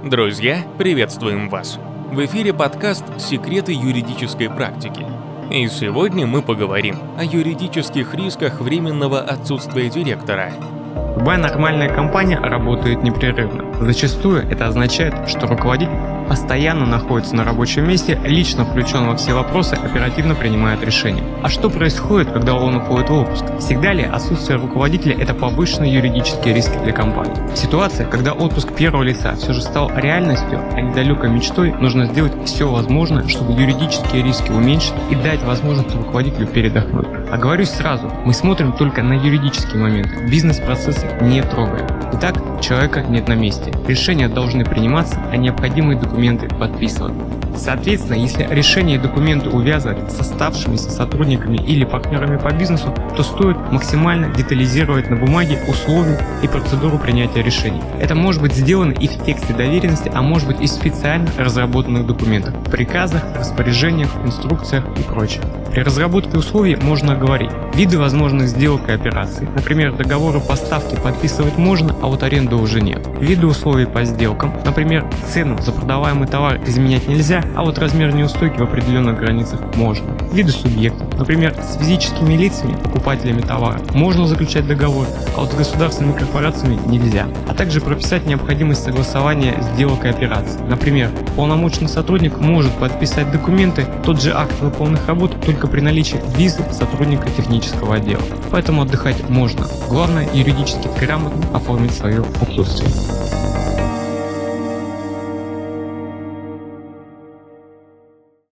Друзья, приветствуем вас! В эфире подкаст «Секреты юридической практики». И сегодня мы поговорим о юридических рисках временного отсутствия директора. Любая нормальная компания работает непрерывно. Зачастую это означает, что руководитель постоянно находится на рабочем месте, лично включен во все вопросы, оперативно принимает решения. А что происходит, когда он уходит в отпуск? Всегда ли отсутствие руководителя – это повышенные юридические риски для компании? Ситуация, когда отпуск первого лица все же стал реальностью, а не далекой мечтой, нужно сделать все возможное, чтобы юридические риски уменьшить и дать возможность руководителю передохнуть. Оговорюсь сразу, мы смотрим только на юридические моменты, бизнес-процессы не трогаем. Итак, человека нет на месте. Решения должны приниматься, а необходимые документы подписывать. Соответственно, если решения и документы увязывать с оставшимися сотрудниками или партнерами по бизнесу, то стоит максимально детализировать на бумаге условия и процедуру принятия решений. Это может быть сделано и в тексте доверенности, а может быть и в специально разработанных документах, приказах, распоряжениях, инструкциях и прочее. При разработке условий можно оговорить виды возможных сделок и операций. Например, договоры поставки подписывать можно, а вот аренду уже нет. Виды условий по сделкам. Например, цену за продаваемый товар изменять нельзя, а вот размер неустойки в определенных границах можно. Виды субъектов. Например, с физическими лицами, покупателями товара, можно заключать договор, а вот с государственными корпорациями нельзя. А также прописать необходимость согласования сделок и операций. Например, полномочный сотрудник может подписать документы, тот же акт выполненных работ, только при наличии визы сотрудника технического отдела. Поэтому отдыхать можно. Главное, юридически грамотно оформить свое отсутствие.